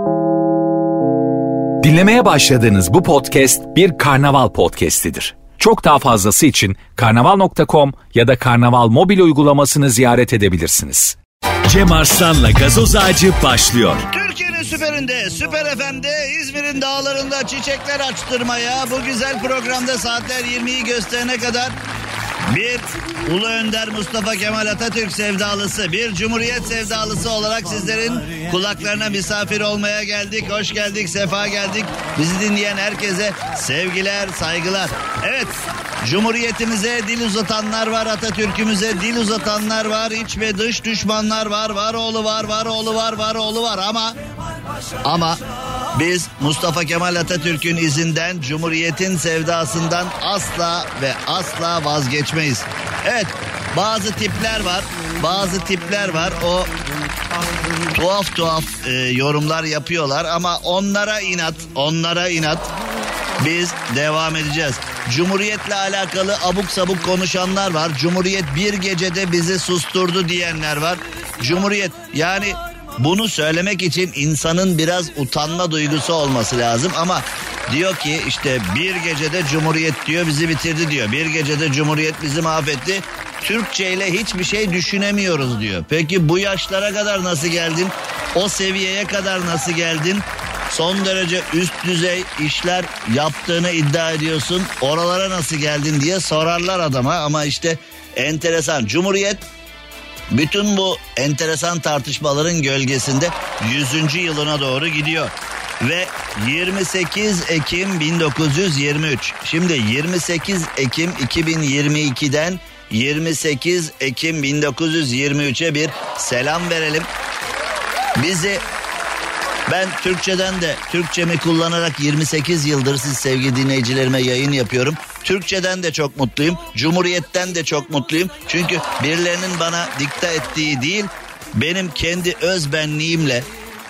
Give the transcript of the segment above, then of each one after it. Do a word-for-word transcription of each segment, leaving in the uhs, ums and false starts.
Dinlemeye başladığınız bu podcast bir karnaval podcastidir. Çok daha fazlası için karnaval nokta com ya da karnaval mobil uygulamasını ziyaret edebilirsiniz. Cem Arslan'la Gazoz Ağacı başlıyor. Türkiye'nin süperinde, Süper F M'de, İzmir'in dağlarında çiçekler açtırmaya, bu güzel programda saatler yirmiyi gösterene kadar bir Ulu Önder Mustafa Kemal Atatürk sevdalısı, bir Cumhuriyet sevdalısı olarak sizlerin kulaklarına misafir olmaya geldik. Hoş geldik, sefa geldik. Bizi dinleyen herkese sevgiler, saygılar. Evet, Cumhuriyetimize dil uzatanlar var, Atatürk'ümüze dil uzatanlar var, iç ve dış düşmanlar var, var oğlu var, var oğlu var, var oğlu var ama ama biz Mustafa Kemal Atatürk'ün izinden, Cumhuriyet'in sevdasından asla ve asla vazgeçmeyiz. Evet, bazı tipler var, bazı tipler var. O tuhaf tuhaf e, yorumlar yapıyorlar ama onlara inat, onlara inat. Biz devam edeceğiz. Cumhuriyet'le alakalı abuk sabuk konuşanlar var. Cumhuriyet bir gecede bizi susturdu diyenler var. Cumhuriyet, yani bunu söylemek için insanın biraz utanma duygusu olması lazım ama diyor ki işte bir gecede Cumhuriyet diyor bizi bitirdi diyor. Bir gecede Cumhuriyet bizi mahvetti. Türkçeyle hiçbir şey düşünemiyoruz diyor. Peki bu yaşlara kadar nasıl geldin? O seviyeye kadar nasıl geldin? Son derece üst düzey işler yaptığını iddia ediyorsun. Oralara nasıl geldin diye sorarlar adama ama işte enteresan. Cumhuriyet bütün bu enteresan tartışmaların gölgesinde yüzüncü yılına doğru gidiyor. Ve yirmi sekiz Ekim bin dokuz yüz yirmi üç. Şimdi yirmi sekiz Ekim iki bin yirmi ikiden yirmi sekiz Ekim bin dokuz yüz yirmi üçe bir selam verelim. Bizi ben Türkçeden de Türkçemi kullanarak yirmi sekiz yıldır siz sevgili dinleyicilerime yayın yapıyorum. Türkçeden de çok mutluyum. Cumhuriyetten de çok mutluyum. Çünkü birilerinin bana dikte ettiği değil, benim kendi özbenliğimle,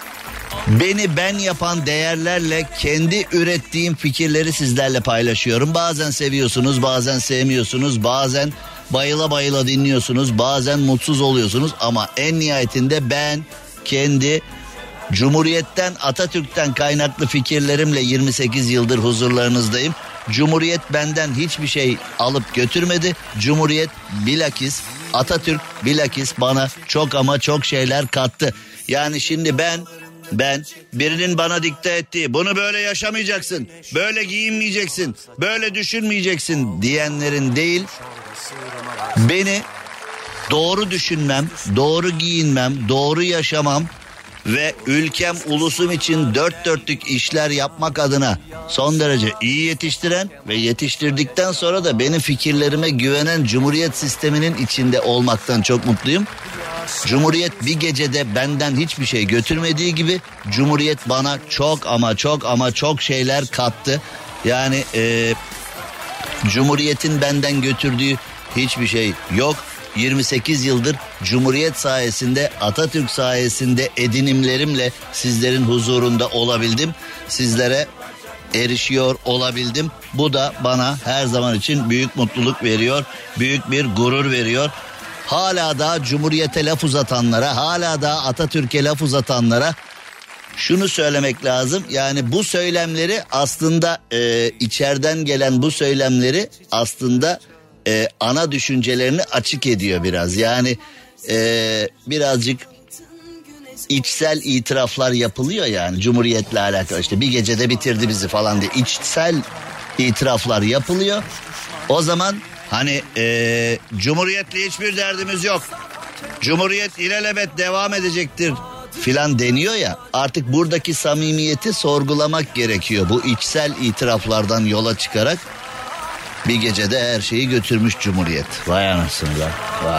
beni ben yapan değerlerle kendi ürettiğim fikirleri sizlerle paylaşıyorum. Bazen seviyorsunuz, bazen sevmiyorsunuz, bazen bayıla bayıla dinliyorsunuz, bazen mutsuz oluyorsunuz ama en nihayetinde ben kendi Cumhuriyet'ten, Atatürk'ten kaynaklı fikirlerimle yirmi sekiz yıldır huzurlarınızdayım. Cumhuriyet benden hiçbir şey alıp götürmedi. Cumhuriyet bilakis, Atatürk bilakis bana çok ama çok şeyler kattı. Yani şimdi ben ben birinin bana dikte ettiği, bunu böyle yaşamayacaksın, böyle giyinmeyeceksin, böyle düşünmeyeceksin diyenlerin değil, beni doğru düşünmem, doğru giyinmem, doğru yaşamam ve ülkem, ulusum için dört dörtlük işler yapmak adına son derece iyi yetiştiren ve yetiştirdikten sonra da benim fikirlerime güvenen Cumhuriyet sisteminin içinde olmaktan çok mutluyum. Cumhuriyet bir gecede benden hiçbir şey götürmediği gibi Cumhuriyet bana çok ama çok ama çok şeyler kattı. Yani e, Cumhuriyet'in benden götürdüğü hiçbir şey yok. yirmi sekiz yıldır Cumhuriyet sayesinde, Atatürk sayesinde edinimlerimle sizlerin huzurunda olabildim. Sizlere erişiyor olabildim. Bu da bana her zaman için büyük mutluluk veriyor, büyük bir gurur veriyor. Hala da Cumhuriyet'e laf uzatanlara, hala da Atatürk'e laf uzatanlara şunu söylemek lazım. Yani bu söylemleri aslında e, içeriden gelen bu söylemleri aslında Ee, ana düşüncelerini açık ediyor biraz. Yani e, birazcık içsel itiraflar yapılıyor yani Cumhuriyet'le alakalı, işte bir gecede bitirdi bizi falan diye içsel itiraflar yapılıyor. O zaman hani e, Cumhuriyet'le hiçbir derdimiz yok, Cumhuriyet ilelebet devam edecektir filan deniyor ya, artık buradaki samimiyeti sorgulamak gerekiyor bu içsel itiraflardan yola çıkarak. Bir gecede her şeyi götürmüş Cumhuriyet. Vay anasını lan. Vay.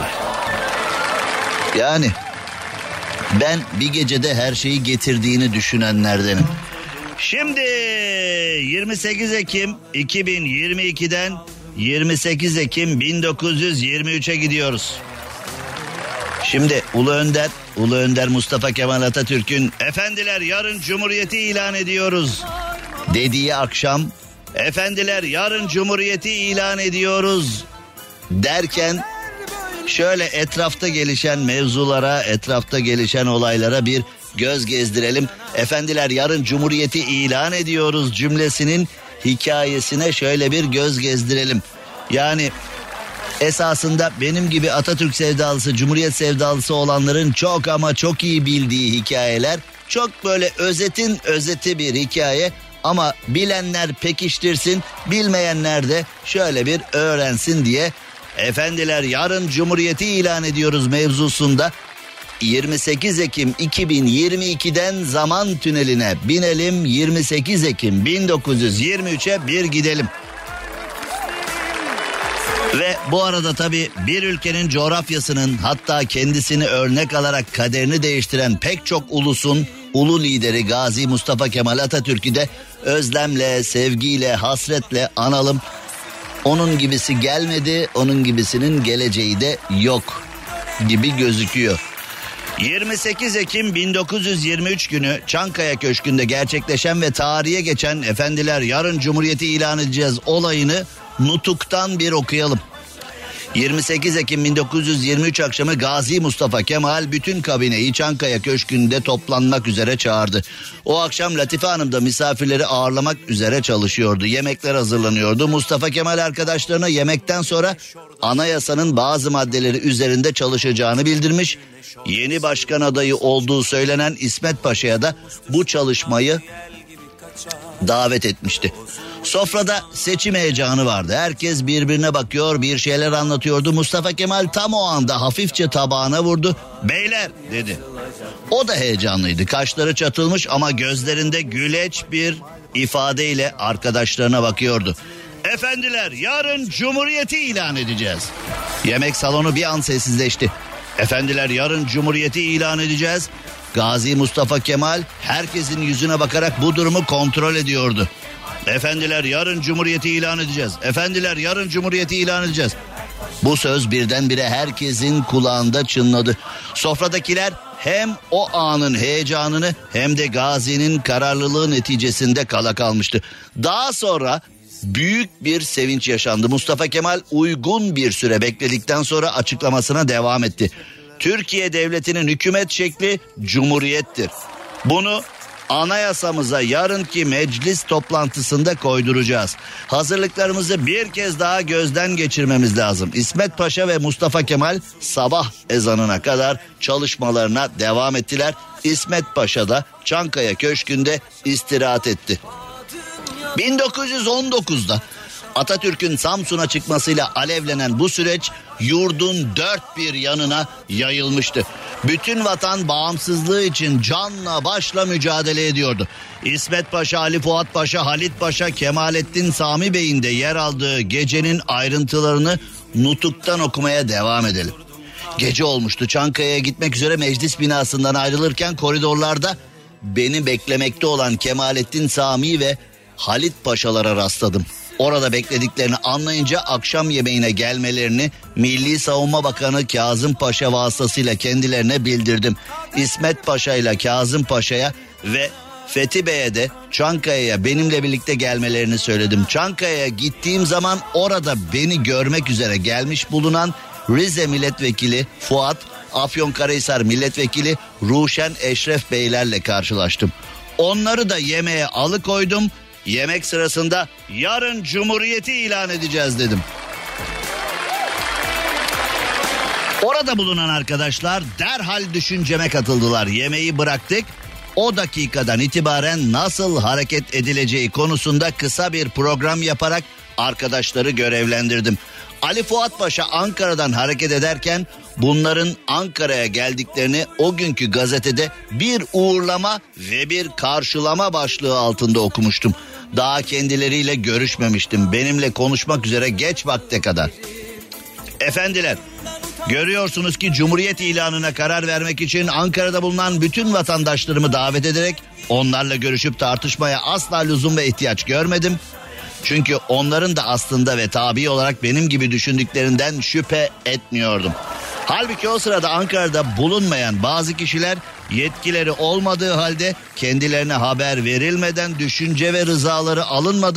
Yani ben bir gecede her şeyi getirdiğini düşünenlerdenim. Şimdi yirmi sekiz Ekim iki bin yirmi ikiden yirmi sekiz Ekim bin dokuz yüz yirmi üçe gidiyoruz. Şimdi Ulu Önder, Ulu Önder Mustafa Kemal Atatürk'ün "Efendiler yarın Cumhuriyeti ilan ediyoruz" dediği akşam, "Efendiler yarın Cumhuriyeti ilan ediyoruz" derken şöyle etrafta gelişen mevzulara, etrafta gelişen olaylara bir göz gezdirelim. Efendiler yarın Cumhuriyeti ilan ediyoruz cümlesinin hikayesine şöyle bir göz gezdirelim. Yani esasında benim gibi Atatürk sevdalısı, Cumhuriyet sevdalısı olanların çok ama çok iyi bildiği hikayeler. Çok böyle özetin özeti bir hikaye ama bilenler pekiştirsin, bilmeyenler de şöyle bir öğrensin diye. Efendiler yarın Cumhuriyeti ilan ediyoruz mevzusunda yirmi sekiz Ekim iki bin yirmi ikiden zaman tüneline binelim, yirmi sekiz Ekim bin dokuz yüz yirmi üçe bir gidelim. Ve bu arada tabii bir ülkenin coğrafyasının, hatta kendisini örnek alarak kaderini değiştiren pek çok ulusun ulu lideri Gazi Mustafa Kemal Atatürk'ü de özlemle, sevgiyle, hasretle analım. Onun gibisi gelmedi, onun gibisinin geleceği de yok gibi gözüküyor. yirmi sekiz Ekim bin dokuz yüz yirmi üç günü Çankaya Köşkü'nde gerçekleşen ve tarihe geçen efendiler yarın Cumhuriyeti ilan edeceğiz olayını nutuktan bir okuyalım. yirmi sekiz Ekim bin dokuz yüz yirmi üç akşamı Gazi Mustafa Kemal bütün kabineyi Çankaya Köşkü'nde toplanmak üzere çağırdı. O akşam Latife Hanım da misafirleri ağırlamak üzere çalışıyordu. Yemekler hazırlanıyordu. Mustafa Kemal arkadaşlarına yemekten sonra anayasanın bazı maddeleri üzerinde çalışacağını bildirmiş. Yeni başkan adayı olduğu söylenen İsmet Paşa'ya da bu çalışmayı davet etmişti. Sofrada seçim heyecanı vardı. Herkes birbirine bakıyor, bir şeyler anlatıyordu. Mustafa Kemal tam o anda hafifçe tabağına vurdu. "Beyler," dedi. O da heyecanlıydı. Kaşları çatılmış ama gözlerinde güleç bir ifadeyle arkadaşlarına bakıyordu. "Efendiler yarın Cumhuriyeti ilan edeceğiz." Yemek salonu bir an sessizleşti. "Efendiler yarın Cumhuriyeti ilan edeceğiz." Gazi Mustafa Kemal herkesin yüzüne bakarak bu durumu kontrol ediyordu. "Efendiler yarın Cumhuriyeti ilan edeceğiz. Efendiler yarın Cumhuriyeti ilan edeceğiz." Bu söz birdenbire herkesin kulağında çınladı. Sofradakiler hem o anın heyecanını hem de Gazi'nin kararlılığı neticesinde kala kalmıştı. Daha sonra büyük bir sevinç yaşandı. Mustafa Kemal uygun bir süre bekledikten sonra açıklamasına devam etti. "Türkiye Devleti'nin hükümet şekli cumhuriyettir. Bunu anayasamıza yarınki meclis toplantısında koyduracağız. Hazırlıklarımızı bir kez daha gözden geçirmemiz lazım." İsmet Paşa ve Mustafa Kemal sabah ezanına kadar çalışmalarına devam ettiler. İsmet Paşa da Çankaya Köşkü'nde istirahat etti. bin dokuz yüz on dokuzda Atatürk'ün Samsun'a çıkmasıyla alevlenen bu süreç yurdun dört bir yanına yayılmıştı. Bütün vatan bağımsızlığı için canla başla mücadele ediyordu. İsmet Paşa, Ali Fuat Paşa, Halit Paşa, Kemalettin Sami Bey'in de yer aldığı gecenin ayrıntılarını nutuktan okumaya devam edelim. Gece olmuştu. Çankaya'ya gitmek üzere meclis binasından ayrılırken koridorlarda beni beklemekte olan Kemalettin Sami ve Halit Paşalara rastladım. Orada beklediklerini anlayınca akşam yemeğine gelmelerini Milli Savunma Bakanı Kazım Paşa vasıtasıyla kendilerine bildirdim. İsmet Paşa ile Kazım Paşa'ya ve Fethi Bey'e de Çankaya'ya benimle birlikte gelmelerini söyledim. Çankaya'ya gittiğim zaman orada beni görmek üzere gelmiş bulunan Rize Milletvekili Fuat, Afyonkarahisar Milletvekili Ruşen Eşref Beylerle karşılaştım. Onları da yemeğe alıkoydum. Yemek sırasında yarın Cumhuriyeti ilan edeceğiz dedim. Orada bulunan arkadaşlar derhal düşünceme katıldılar. Yemeği bıraktık. O dakikadan itibaren nasıl hareket edileceği konusunda kısa bir program yaparak arkadaşları görevlendirdim. Ali Fuat Paşa Ankara'dan hareket ederken bunların Ankara'ya geldiklerini o günkü gazetede bir uğurlama ve bir karşılama başlığı altında okumuştum. Daha kendileriyle görüşmemiştim. Benimle konuşmak üzere geç vakte kadar. "Efendiler, görüyorsunuz ki Cumhuriyet ilanına karar vermek için Ankara'da bulunan bütün vatandaşlarımı davet ederek onlarla görüşüp tartışmaya asla lüzum ve ihtiyaç görmedim. Çünkü onların da aslında ve tabii olarak benim gibi düşündüklerinden şüphe etmiyordum. Halbuki o sırada Ankara'da bulunmayan bazı kişiler yetkileri olmadığı halde kendilerine haber verilmeden, düşünce ve rızaları alınmadan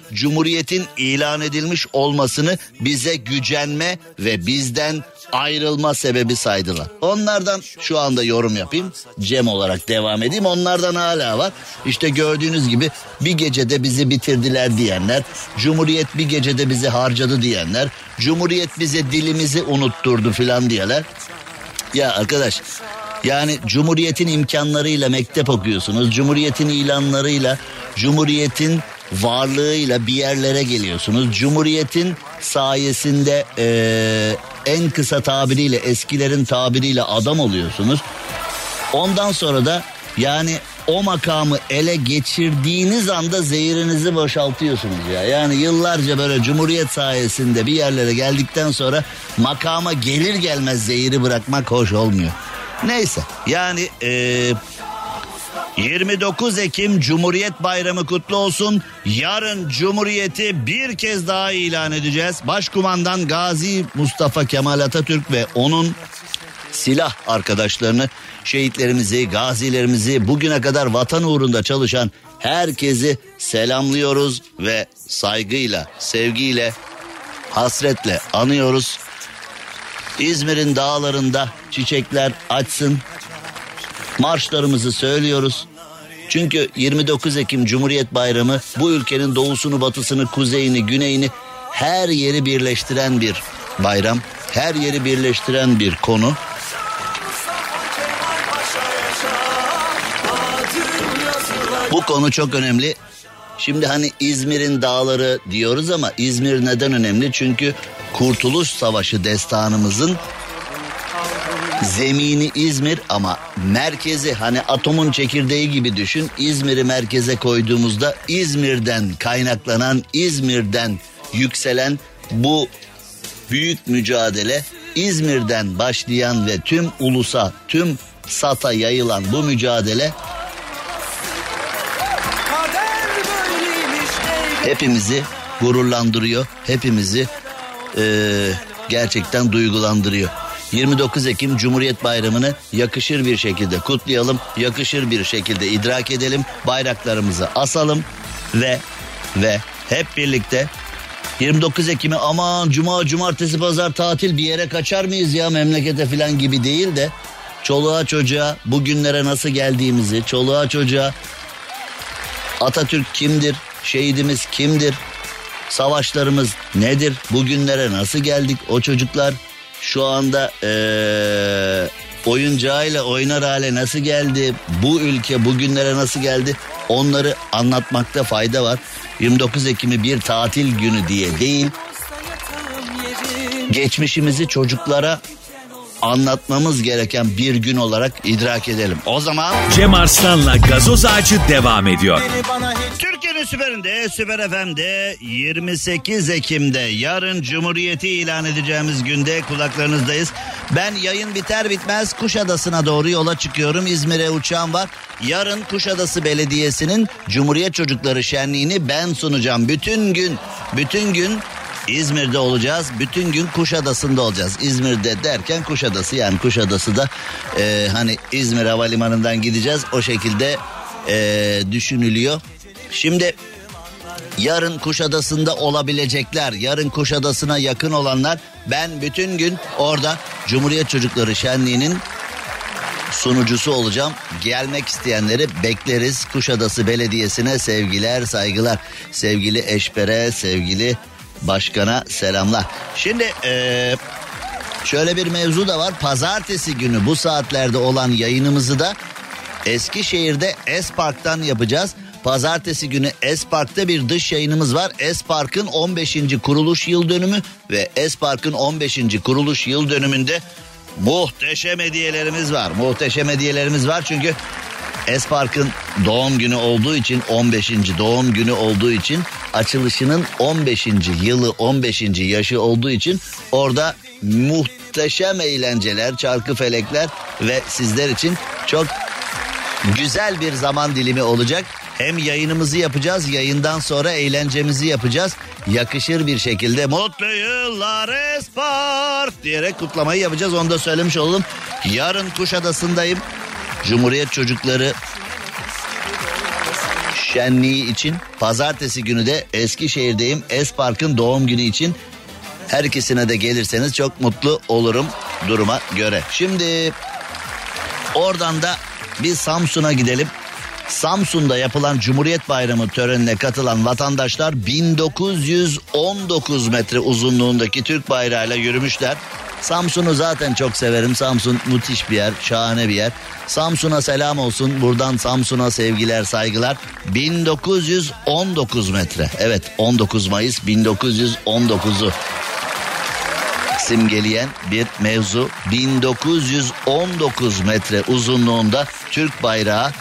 Cumhuriyetin ilan edilmiş olmasını bize gücenme ve bizden ayrılma sebebi saydılar. Onlardan şu anda yorum yapayım. Cem olarak devam edeyim. Onlardan hala var. İşte gördüğünüz gibi bir gecede bizi bitirdiler diyenler, Cumhuriyet bir gecede bizi harcadı diyenler, Cumhuriyet bize dilimizi unutturdu filan diyorlar. Ya arkadaş, yani Cumhuriyet'in imkanlarıyla mektep okuyorsunuz. Cumhuriyet'in ilanlarıyla, Cumhuriyet'in varlığıyla bir yerlere geliyorsunuz. Cumhuriyet'in sayesinde ee, en kısa tabiriyle, eskilerin tabiriyle adam oluyorsunuz. Ondan sonra da yani o makamı ele geçirdiğiniz anda zehirinizi boşaltıyorsunuz ya. Yani yıllarca böyle Cumhuriyet sayesinde bir yerlere geldikten sonra makama gelir gelmez zehiri bırakmak hoş olmuyor. Neyse yani ee, yirmi dokuz Ekim Cumhuriyet Bayramı kutlu olsun. Yarın Cumhuriyeti bir kez daha ilan edeceğiz. Başkumandan Gazi Mustafa Kemal Atatürk ve onun silah arkadaşlarını, şehitlerimizi, gazilerimizi, bugüne kadar vatan uğrunda çalışan herkesi selamlıyoruz ve saygıyla, sevgiyle, hasretle anıyoruz. İzmir'in dağlarında çiçekler açsın. Marşlarımızı söylüyoruz. Çünkü yirmi dokuz Ekim Cumhuriyet Bayramı bu ülkenin doğusunu, batısını, kuzeyini, güneyini, her yeri birleştiren bir bayram. Her yeri birleştiren bir konu. Bu konu çok önemli. Şimdi hani İzmir'in dağları diyoruz ama İzmir neden önemli? Çünkü Kurtuluş Savaşı destanımızın zemini İzmir ama merkezi, hani atomun çekirdeği gibi düşün. İzmir'i merkeze koyduğumuzda İzmir'den kaynaklanan, İzmir'den yükselen bu büyük mücadele, İzmir'den başlayan ve tüm ulusa, tüm sata yayılan bu mücadele hepimizi gururlandırıyor, hepimizi e, gerçekten duygulandırıyor. yirmi dokuz Ekim Cumhuriyet Bayramı'nı yakışır bir şekilde kutlayalım, yakışır bir şekilde idrak edelim, bayraklarımızı asalım ve ve hep birlikte yirmi dokuz Ekim'i aman cuma, cumartesi, pazar tatil bir yere kaçar mıyız ya memlekete falan gibi değil de çoluğa çocuğa bugünlere nasıl geldiğimizi, çoluğa çocuğa Atatürk kimdir, şehidimiz kimdir, savaşlarımız nedir, bugünlere nasıl geldik, o çocuklar şu anda ee, oyuncağıyla oynar hale nasıl geldi, bu ülke bugünlere nasıl geldi, onları anlatmakta fayda var. yirmi dokuz Ekim'i bir tatil günü diye değil, geçmişimizi çocuklara anlatmamız gereken bir gün olarak idrak edelim. O zaman Cem Arslan'la Gazoz Ağacı devam ediyor. Türkiye'nin süperinde, Süper F M'de yirmi sekiz Ekim'de yarın Cumhuriyeti ilan edeceğimiz günde kulaklarınızdayız. Ben yayın biter bitmez Kuşadası'na doğru yola çıkıyorum. İzmir'e uçağım var. Yarın Kuşadası Belediyesi'nin Cumhuriyet Çocukları Şenliği'ni ben sunacağım. Bütün gün, bütün gün İzmir'de olacağız. Bütün gün Kuşadası'nda olacağız. İzmir'de derken Kuşadası, yani Kuşadası'da e, hani İzmir Havalimanı'ndan gideceğiz. O şekilde e, düşünülüyor. Şimdi yarın Kuşadası'nda olabilecekler, yarın Kuşadası'na yakın olanlar, ben bütün gün orada Cumhuriyet Çocukları Şenliği'nin sunucusu olacağım. Gelmek isteyenleri bekleriz. Kuşadası Belediyesi'ne sevgiler, saygılar. Sevgili eşpere, sevgili başkana selamlar. Şimdi ee, şöyle bir mevzu da var. Pazartesi günü bu saatlerde olan yayınımızı da Eskişehir'de Espark'tan yapacağız. Pazartesi günü Espark'ta bir dış yayınımız var. Espark'ın on beşinci kuruluş yıl dönümü ve Espark'ın on beşinci kuruluş yıl dönümünde muhteşem hediyelerimiz var. Muhteşem hediyelerimiz var çünkü Espark'ın doğum günü olduğu için, on beşinci doğum günü olduğu için, açılışının on beşinci yılı, on beşinci yaşı olduğu için orada muhteşem eğlenceler, çarkıfelekler ve sizler için çok güzel bir zaman dilimi olacak. Hem yayınımızı yapacağız, yayından sonra eğlencemizi yapacağız. Yakışır bir şekilde mutlu yıllar Espark diyerek kutlamayı yapacağız. Onu da söylemiş olalım. Yarın Kuşadası'ndayım. Cumhuriyet Çocukları şenliği için. Pazartesi günü de Eskişehir'deyim. Espark'ın doğum günü için. Her ikisine de gelirseniz çok mutlu olurum duruma göre. Şimdi oradan da bir Samsun'a gidelim. Samsun'da yapılan Cumhuriyet Bayramı törenine katılan vatandaşlar bin dokuz yüz on dokuz metre uzunluğundaki Türk bayrağıyla yürümüşler. Samsun'u zaten çok severim. Samsun müthiş bir yer, şahane bir yer. Samsun'a selam olsun. Buradan Samsun'a sevgiler, saygılar. bin dokuz yüz on dokuz metre. Evet, on dokuz Mayıs bin dokuz yüz on dokuzu simgeleyen bir mevzu. bin dokuz yüz on dokuz metre uzunluğunda Türk bayrağı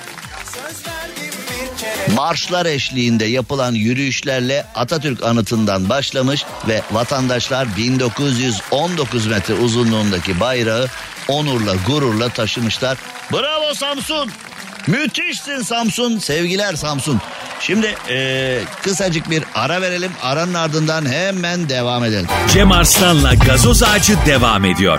marşlar eşliğinde yapılan yürüyüşlerle Atatürk anıtından başlamış ve vatandaşlar bin dokuz yüz on dokuz metre uzunluğundaki bayrağı onurla, gururla taşımışlar. Bravo Samsun! Müthişsin Samsun! Sevgiler Samsun! Şimdi ee, kısacık bir ara verelim. Aranın ardından hemen devam edelim. Cem Arslan'la Gazoz Ağacı devam ediyor.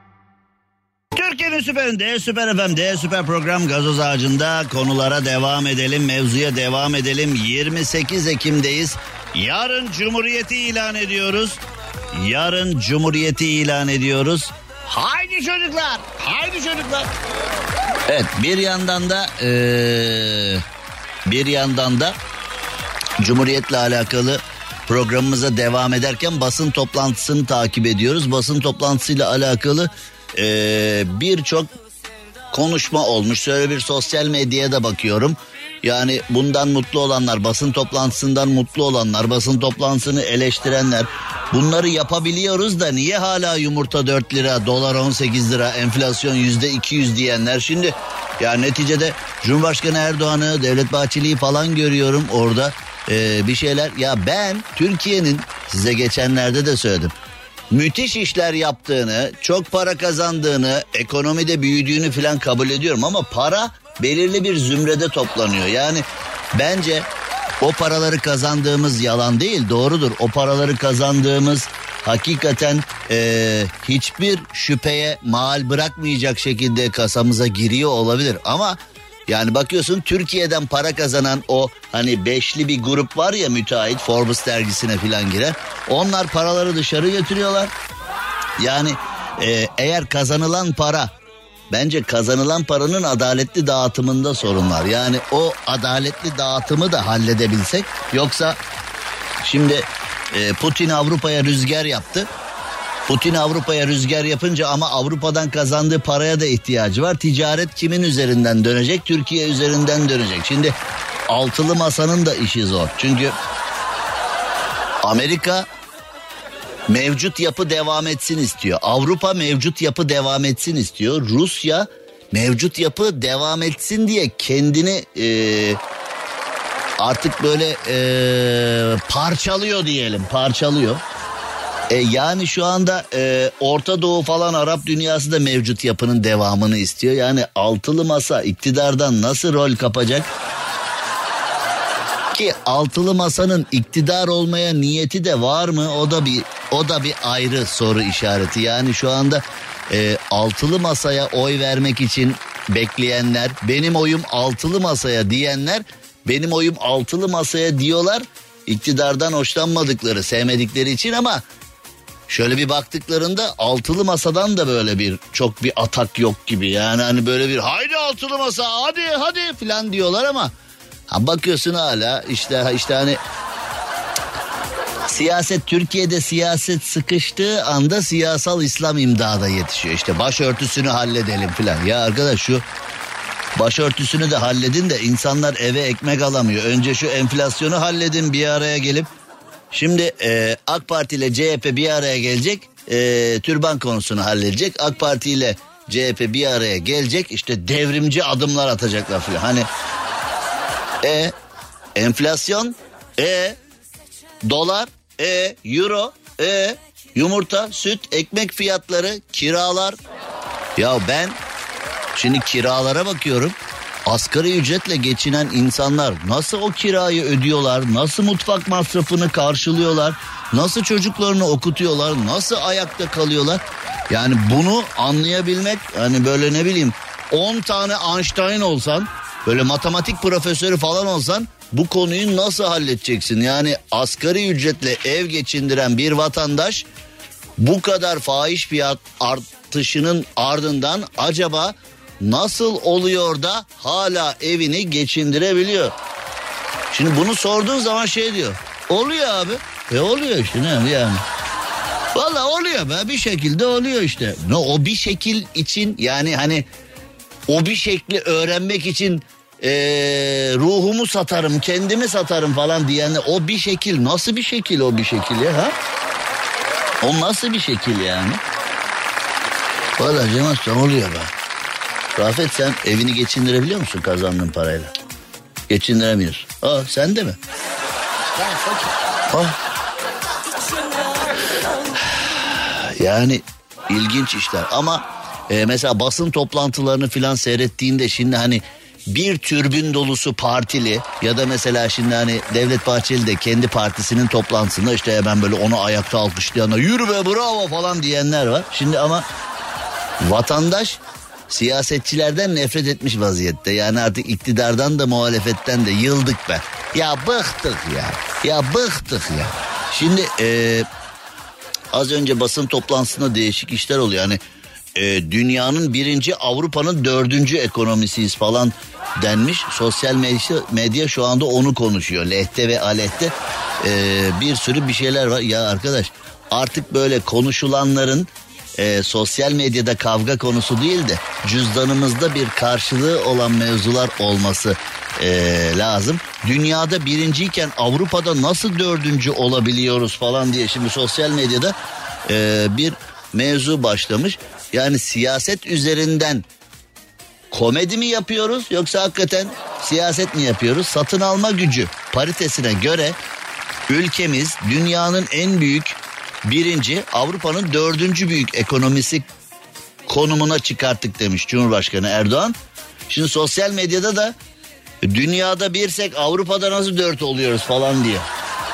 Türkiye'nin süperinde, Süper F M'de, süper program Gazoz Ağacı'nda konulara devam edelim, mevzuya devam edelim. yirmi sekiz Ekim'deyiz. Yarın Cumhuriyeti ilan ediyoruz. Yarın Cumhuriyeti ilan ediyoruz. Haydi çocuklar, haydi çocuklar. Evet, bir yandan da ee, bir yandan da Cumhuriyet'le alakalı programımıza devam ederken basın toplantısını takip ediyoruz. Basın toplantısıyla alakalı Ee, birçok konuşma olmuş. Şöyle bir sosyal medyaya da bakıyorum. Yani bundan mutlu olanlar, basın toplantısından mutlu olanlar, basın toplantısını eleştirenler. Bunları yapabiliyoruz da niye hala yumurta dört lira, dolar on sekiz lira, enflasyon yüzde iki yüz diyenler. Şimdi ya neticede Cumhurbaşkanı Erdoğan'ı, Devlet Bahçeli'yi falan görüyorum orada ee, bir şeyler. Ya ben Türkiye'nin, size geçenlerde de söyledim, müthiş işler yaptığını, çok para kazandığını, ekonomide büyüdüğünü falan kabul ediyorum. Ama para belirli bir zümrede toplanıyor. Yani bence o paraları kazandığımız yalan değil, doğrudur. O paraları kazandığımız hakikaten e, hiçbir şüpheye mal bırakmayacak şekilde kasamıza giriyor olabilir. Ama yani bakıyorsun Türkiye'den para kazanan o hani beşli bir grup var ya, müteahhit, Forbes dergisine falan giren. Onlar paraları dışarı götürüyorlar. Yani e, eğer kazanılan para, bence kazanılan paranın adaletli dağıtımında sorun var. Yani o adaletli dağıtımı da halledebilsek. Yoksa şimdi e, Putin Avrupa'ya rüzgar yaptı. Putin Avrupa'ya rüzgar yapınca ama Avrupa'dan kazandığı paraya da ihtiyacı var. Ticaret kimin üzerinden dönecek? Türkiye üzerinden dönecek. Şimdi altılı masanın da işi zor. Çünkü Amerika mevcut yapı devam etsin istiyor. Avrupa mevcut yapı devam etsin istiyor. Rusya mevcut yapı devam etsin diye kendini e, artık böyle e, parçalıyor diyelim. Parçalıyor. E yani şu anda e, Orta Doğu falan, Arap dünyası da mevcut yapının devamını istiyor. Yani altılı masa iktidardan nasıl rol kapacak? Ki altılı masanın iktidar olmaya niyeti de var mı? O da bir o da bir ayrı soru işareti. Yani şu anda e, altılı masaya oy vermek için bekleyenler, benim oyum altılı masaya diyenler, benim oyum altılı masaya diyorlar. İktidardan hoşlanmadıkları, sevmedikleri için. Ama şöyle bir baktıklarında altılı masadan da böyle bir çok bir atak yok gibi. Yani hani böyle bir haydi altılı masa, hadi hadi falan diyorlar ama ha bakıyorsun hala işte işte hani siyaset, Türkiye'de siyaset sıkıştığı anda siyasal İslam imdada yetişiyor. İşte başörtüsünü halledelim falan. Ya arkadaş, şu başörtüsünü de halledin de insanlar eve ekmek alamıyor. Önce şu enflasyonu halledin bir araya gelip. Şimdi e, AK Parti ile C H P bir araya gelecek, e, türban konusunu halledecek. AK Parti ile C H P bir araya gelecek, işte devrimci adımlar atacaklar falan. Hani e enflasyon, e dolar, e euro, e yumurta, süt, ekmek fiyatları, kiralar. Ya ben şimdi kiralara bakıyorum. Asgari ücretle geçinen insanlar nasıl o kirayı ödüyorlar? Nasıl mutfak masrafını karşılıyorlar? Nasıl çocuklarını okutuyorlar? Nasıl ayakta kalıyorlar? Yani bunu anlayabilmek, hani böyle ne bileyim on tane Einstein olsan, böyle matematik profesörü falan olsan bu konuyu nasıl halledeceksin? Yani asgari ücretle ev geçindiren bir vatandaş bu kadar fahiş fiyat artışının ardından acaba nasıl oluyor da hala evini geçindirebiliyor? Şimdi bunu sorduğun zaman şey diyor. Oluyor abi. E oluyor işte, ne yani. Vallahi oluyor be, bir şekilde oluyor işte. Ne o bir şekil için, yani hani o bir şekli öğrenmek için ee, ruhumu satarım, kendimi satarım falan diyen o bir şekil nasıl bir şekil, o bir şekil ya ha? O nasıl bir şekil yani? Vallahi Cemal sen oluyor be. Rafet sen evini geçindirebiliyor musun kazandığın parayla? Geçindiremiyorsun. Aa sen de mi? Aa. Yani ilginç işler ama e, mesela basın toplantılarını filan seyrettiğinde şimdi hani bir türbün dolusu partili ya da mesela şimdi hani Devlet Bahçeli de kendi partisinin toplantısında işte hemen böyle onu ayakta alkışlayanlar, yürü be bravo falan diyenler var. Şimdi ama vatandaş siyasetçilerden nefret etmiş vaziyette. Yani artık iktidardan da muhalefetten de yıldık be. Ya bıktık ya. Ya bıktık ya. Şimdi e, az önce basın toplantısında değişik işler oluyor. Yani e, dünyanın birinci, Avrupa'nın dördüncü ekonomisiyiz falan denmiş. Sosyal medya, medya şu anda onu konuşuyor. Lehte ve aleyhte e, bir sürü bir şeyler var. Ya arkadaş artık böyle konuşulanların e, sosyal medyada kavga konusu değil de cüzdanımızda bir karşılığı olan mevzular olması e, lazım. Dünyada birinciyken Avrupa'da nasıl dördüncü olabiliyoruz falan diye şimdi sosyal medyada e, bir mevzu başlamış. Yani siyaset üzerinden komedi mi yapıyoruz yoksa hakikaten siyaset mi yapıyoruz? Satın alma gücü paritesine göre ülkemiz dünyanın en büyük birinci, Avrupa'nın dördüncü büyük ekonomisi konumuna çıkarttık demiş Cumhurbaşkanı Erdoğan. Şimdi sosyal medyada da dünyada birsek Avrupa'da nasıl dört oluyoruz falan diye.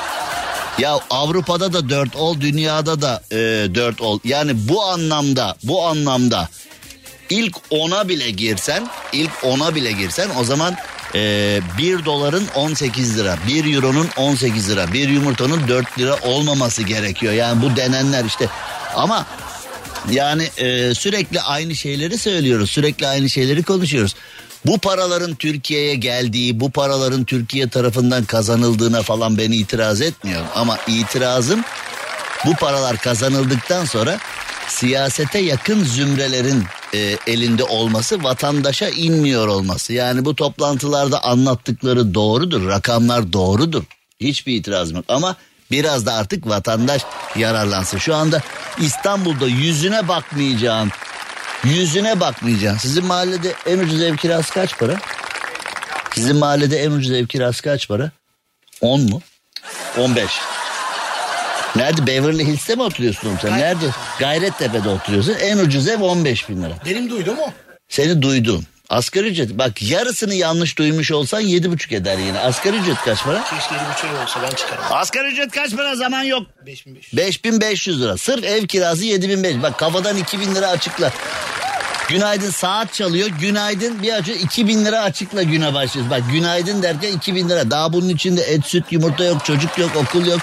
Ya Avrupa'da da dört ol, dünyada da e, dört ol. Yani bu anlamda, bu anlamda ilk ona bile girsen, ilk ona bile girsen o zaman e, bir doların on sekiz lira, bir euronun on sekiz lira, bir yumurtanın dört lira olmaması gerekiyor. Yani bu denenler işte ama yani e, sürekli aynı şeyleri söylüyoruz, sürekli aynı şeyleri konuşuyoruz. Bu paraların Türkiye'ye geldiği, bu paraların Türkiye tarafından kazanıldığına falan ben itiraz etmiyorum. Ama itirazım bu paralar kazanıldıktan sonra siyasete yakın zümrelerin e, elinde olması, vatandaşa inmiyor olması. Yani bu toplantılarda anlattıkları doğrudur, rakamlar doğrudur. Hiçbir itirazım yok ama biraz da artık vatandaş yararlansın. Şu anda İstanbul'da yüzüne bakmayacağın, yüzüne bakmayacaksın. Sizin mahallede en ucuz ev kirası kaç para? Sizin mahallede en ucuz ev kirası kaç para? on mu? on beş. Nerede? Beverly Hills'te mi oturuyorsun oğlum sen? Gayret. Nerede? Gayrettepe'de oturuyorsun. En ucuz ev on beş bin lira. Benim duydum o. Seni duydum. Asgari ücret. Bak yarısını yanlış duymuş olsan yedi buçuk eder yine. Asgari ücret kaç para? Keşke yedi buçuk olsa ben çıkarım. Asgari ücret kaç para? Zaman yok. beş bin beş yüz. beş bin beş yüz lira. Sırf ev kirası yedi bin beş yüz. Bak kafadan iki bin lira açıkla. Günaydın saat çalıyor. Günaydın bir açıyor. iki bin lira açıkla güne başlıyoruz. Bak günaydın derken iki bin lira. Daha bunun içinde et, süt, yumurta yok, çocuk yok, okul yok.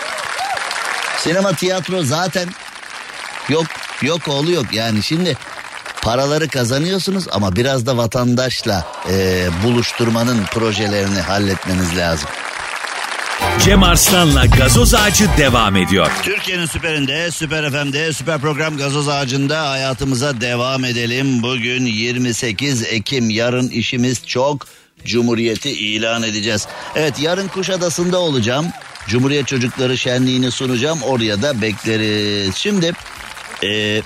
Sinema, tiyatro zaten yok. Yok oğlu yok. Yani şimdi paraları kazanıyorsunuz ama biraz da vatandaşla e, buluşturmanın projelerini halletmeniz lazım. Cem Arslan'la Gazoz Ağacı devam ediyor. Türkiye'nin süperinde, Süper F M'de, süper program Gazoz Ağacı'nda hayatımıza devam edelim. Bugün yirmi sekiz Ekim, yarın işimiz çok, Cumhuriyeti ilan edeceğiz. Evet, yarın Kuşadası'nda olacağım. Cumhuriyet Çocukları Şenliği'ni sunacağım, oraya da bekleriz. Şimdi e,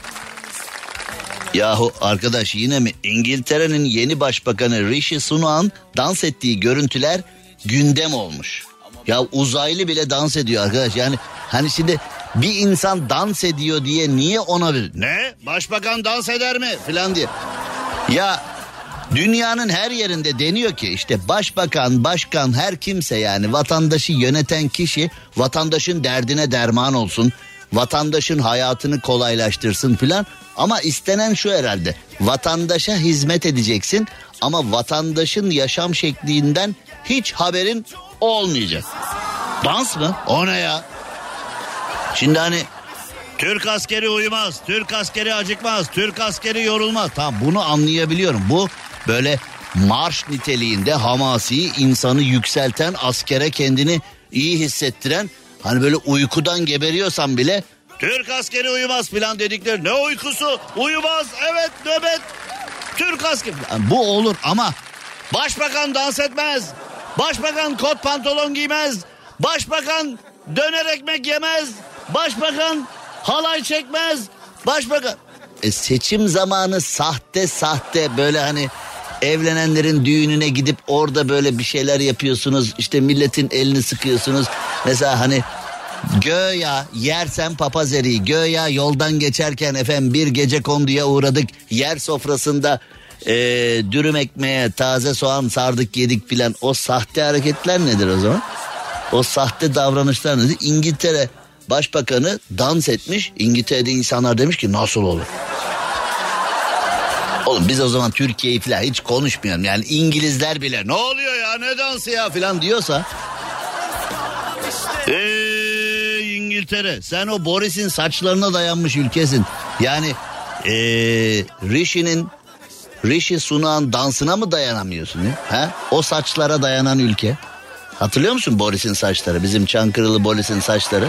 yahu arkadaş yine mi? İngiltere'nin yeni başbakanı Rishi Sunak'ın dans ettiği görüntüler gündem olmuş. Ya uzaylı bile dans ediyor arkadaş. Yani hani şimdi bir insan dans ediyor diye niye ona bir... Ne? Başbakan dans eder mi? Falan diye. Ya dünyanın her yerinde deniyor ki işte başbakan, başkan her kimse yani vatandaşı yöneten kişi vatandaşın derdine derman olsun. Vatandaşın hayatını kolaylaştırsın filan. Ama istenen şu herhalde, vatandaşa hizmet edeceksin ama vatandaşın yaşam şeklinden hiç haberin olmayacak. Dans mı? O ne ya? Şimdi hani Türk askeri uyumaz, Türk askeri acıkmaz, Türk askeri yorulmaz. Tamam, bunu anlayabiliyorum. Bu böyle marş niteliğinde hamasi, insanı yükselten, askere kendini iyi hissettiren, hani böyle uykudan geberiyorsan bile Türk askeri uyumaz falan dedikleri, ne uykusu, uyumaz, evet nöbet, Türk askeri. Yani bu olur ama başbakan dans etmez, başbakan kot pantolon giymez, başbakan döner ekmek yemez, başbakan halay çekmez, başbakan. E seçim zamanı sahte sahte böyle hani evlenenlerin düğününe gidip orada böyle bir şeyler yapıyorsunuz. İşte milletin elini sıkıyorsunuz. Mesela hani göya yersen papaz eriği, göya yoldan geçerken efendim bir gecekonduya uğradık. Yer sofrasında e, dürüm ekmeğe taze soğan sardık yedik filan. O sahte hareketler nedir o zaman? O sahte davranışlar nedir? İngiltere Başbakanı dans etmiş. İngiltere'de insanlar demiş ki nasıl olur? Oğlum biz o zaman Türkiye'yi falan hiç konuşmayalım. Yani İngilizler bile ne oluyor ya, ne dansı ya falan diyorsa. Eee İngiltere, sen o Boris'in saçlarına dayanmış ülkesin. Yani ee, Rishi'nin Rishi Sunak'ın dansına mı dayanamıyorsun ya? Ha? O saçlara dayanan ülke. Hatırlıyor musun Boris'in saçları? Bizim Çankırılı Boris'in saçları.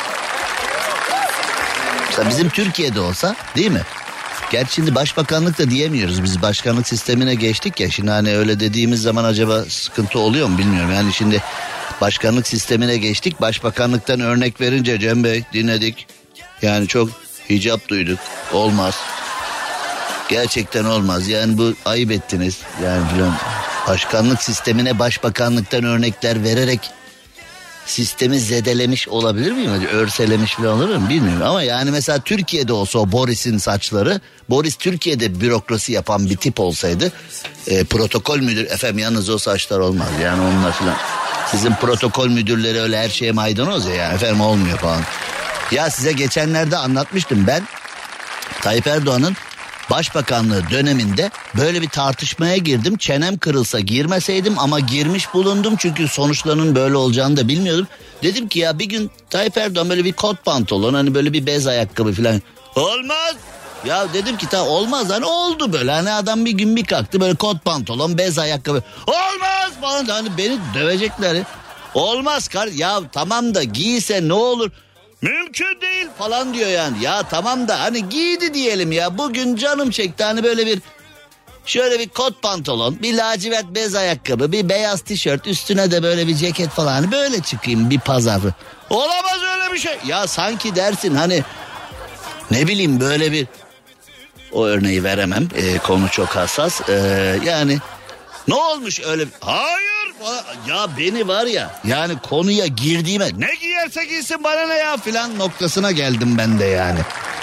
Mesela bizim Türkiye'de olsa değil mi? Gerçi şimdi başbakanlık da diyemiyoruz. Biz başkanlık sistemine geçtik ya. Şimdi hani öyle dediğimiz zaman acaba sıkıntı oluyor mu bilmiyorum. Yani şimdi başkanlık sistemine geçtik. Başbakanlıktan örnek verince Cem Bey dinledik. Yani çok hicap duyduk. Olmaz. Gerçekten olmaz. Yani bu ayıp ettiniz. Yani falan. Başkanlık sistemine başbakanlıktan örnekler vererek sistemi zedelemiş olabilir miyim? Örselemiş falan olur mu bilmiyorum. Ama yani mesela Türkiye'de olsa o Boris'in saçları, Boris Türkiye'de bürokrasi yapan bir tip olsaydı e, protokol müdür, efendim yalnız o saçlar olmaz yani onlar falan. Sizin protokol müdürleri öyle her şeye maydanoz ya yani efendim olmuyor falan. Ya size geçenlerde anlatmıştım ben, Tayyip Erdoğan'ın başbakanlığı döneminde böyle bir tartışmaya girdim. Çenem kırılsa girmeseydim ama girmiş bulundum. Çünkü sonuçlarının böyle olacağını da bilmiyordum. Dedim ki ya bir gün Tayyip Erdoğan böyle bir kot pantolon, hani böyle bir bez ayakkabı falan. Olmaz. Ya dedim ki tamam olmaz, hani oldu böyle. Hani adam bir gün bir kalktı böyle kot pantolon, bez ayakkabı. Olmaz falan, hani beni dövecekler. Olmaz kar. Ya tamam da giyse ne olur? Mümkün değil falan diyor yani. Ya tamam da hani giydi diyelim ya. Bugün canım çekti hani böyle bir şöyle bir kot pantolon, bir lacivert bez ayakkabı, bir beyaz tişört, üstüne de böyle bir ceket falan. Hani böyle çıkayım bir pazar. Olamaz öyle bir şey. Ya sanki dersin hani ne bileyim böyle bir, o örneği veremem. Ee, konu çok hassas. Ee, yani ne olmuş öyle? Hayır. Ya beni var ya yani konuya girdiğime ne giyerse giysin bana ne ya filan noktasına geldim ben de yani.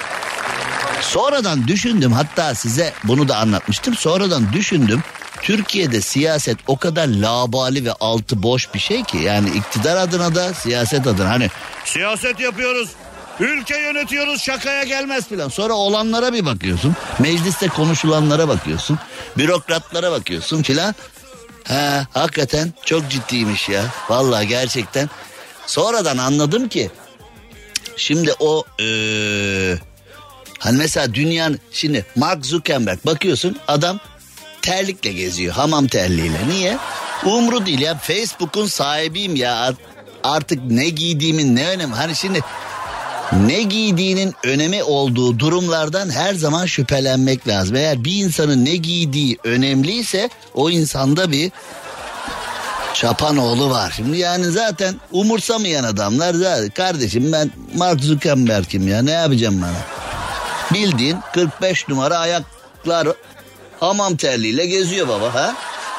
Sonradan düşündüm, hatta size bunu da anlatmıştım. Sonradan düşündüm, Türkiye'de siyaset o kadar labali ve altı boş bir şey ki. Yani iktidar adına da siyaset adına hani siyaset yapıyoruz, ülke yönetiyoruz, şakaya gelmez filan. Sonra olanlara bir bakıyorsun, mecliste konuşulanlara bakıyorsun, bürokratlara bakıyorsun filan. Ha, hakikaten çok ciddiymiş ya. Vallahi gerçekten. Sonradan anladım ki şimdi o ee, hani mesela dünyanın, şimdi Mark Zuckerberg bakıyorsun adam terlikle geziyor, hamam terliğiyle. Niye? Umru değil ya, Facebook'un sahibiyim ya, artık ne giydiğimin ne önemi. Hani şimdi ne giydiğinin önemi olduğu durumlardan her zaman şüphelenmek lazım. Eğer bir insanın ne giydiği önemliyse o insanda bir çapanoğlu var. Şimdi yani zaten umursamayan adamlar zaten, kardeşim ben Mark Zuckerberg'im ya, ne yapacağım bana? Bildiğin kırk beş numara ayaklar hamam terliğiyle geziyor baba ha?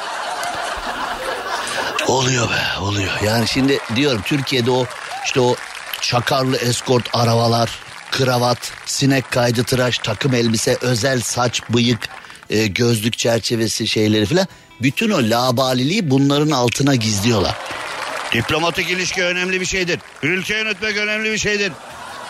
Oluyor be, oluyor. Yani şimdi diyorum Türkiye'de o işte o çakarlı eskort arabalar, kravat, sinek kaydı tıraş, takım elbise, özel saç, bıyık, e, gözlük çerçevesi şeyleri filan. Bütün o labaliliği bunların altına gizliyorlar. Diplomatik ilişki önemli bir şeydir. Ülke yönetmek önemli bir şeydir.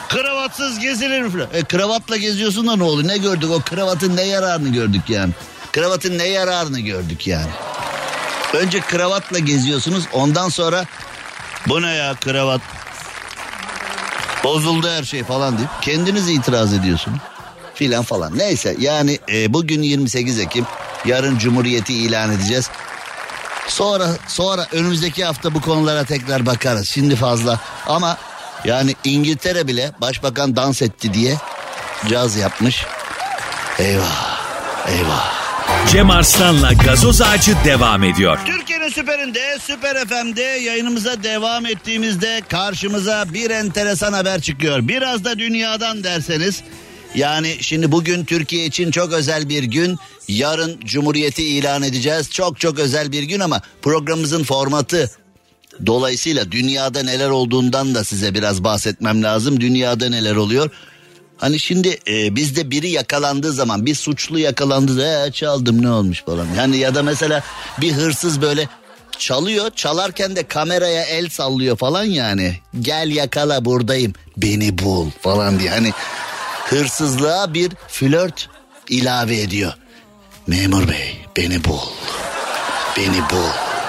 Kravatsız gezilir mi filan? E kravatla geziyorsun da ne oluyor? Ne gördük? O kravatın ne yararını gördük yani? Kravatın ne yararını gördük yani. Önce kravatla geziyorsunuz, ondan sonra bu ne ya kravat, bozuldu her şey falan deyip kendiniz itiraz ediyorsunuz filan falan. Neyse yani e, bugün yirmi sekiz Ekim, yarın Cumhuriyeti ilan edeceğiz. Sonra sonra önümüzdeki hafta bu konulara tekrar bakarız. Şimdi fazla ama yani İngiltere bile başbakan dans etti diye caz yapmış. Eyvah eyvah. Cem Arslan'la Gazoz Ağacı devam ediyor. Türkiye'nin süperinde, Süper F M'de yayınımıza devam ettiğimizde karşımıza bir enteresan haber çıkıyor. Biraz da dünyadan derseniz. Yani şimdi bugün Türkiye için çok özel bir gün. Yarın Cumhuriyeti ilan edeceğiz. Çok çok özel bir gün ama programımızın formatı dolayısıyla dünyada neler olduğundan da size biraz bahsetmem lazım. Dünyada neler oluyor? Hani şimdi e, bizde biri yakalandığı zaman, bir suçlu yakalandığı zaman çaldım ne olmuş falan. Yani ya da mesela bir hırsız böyle çalıyor, çalarken de kameraya el sallıyor falan yani. Gel yakala buradayım, beni bul falan diye. Hani hırsızlığa bir flört ilave ediyor. Memur bey beni bul, beni bul.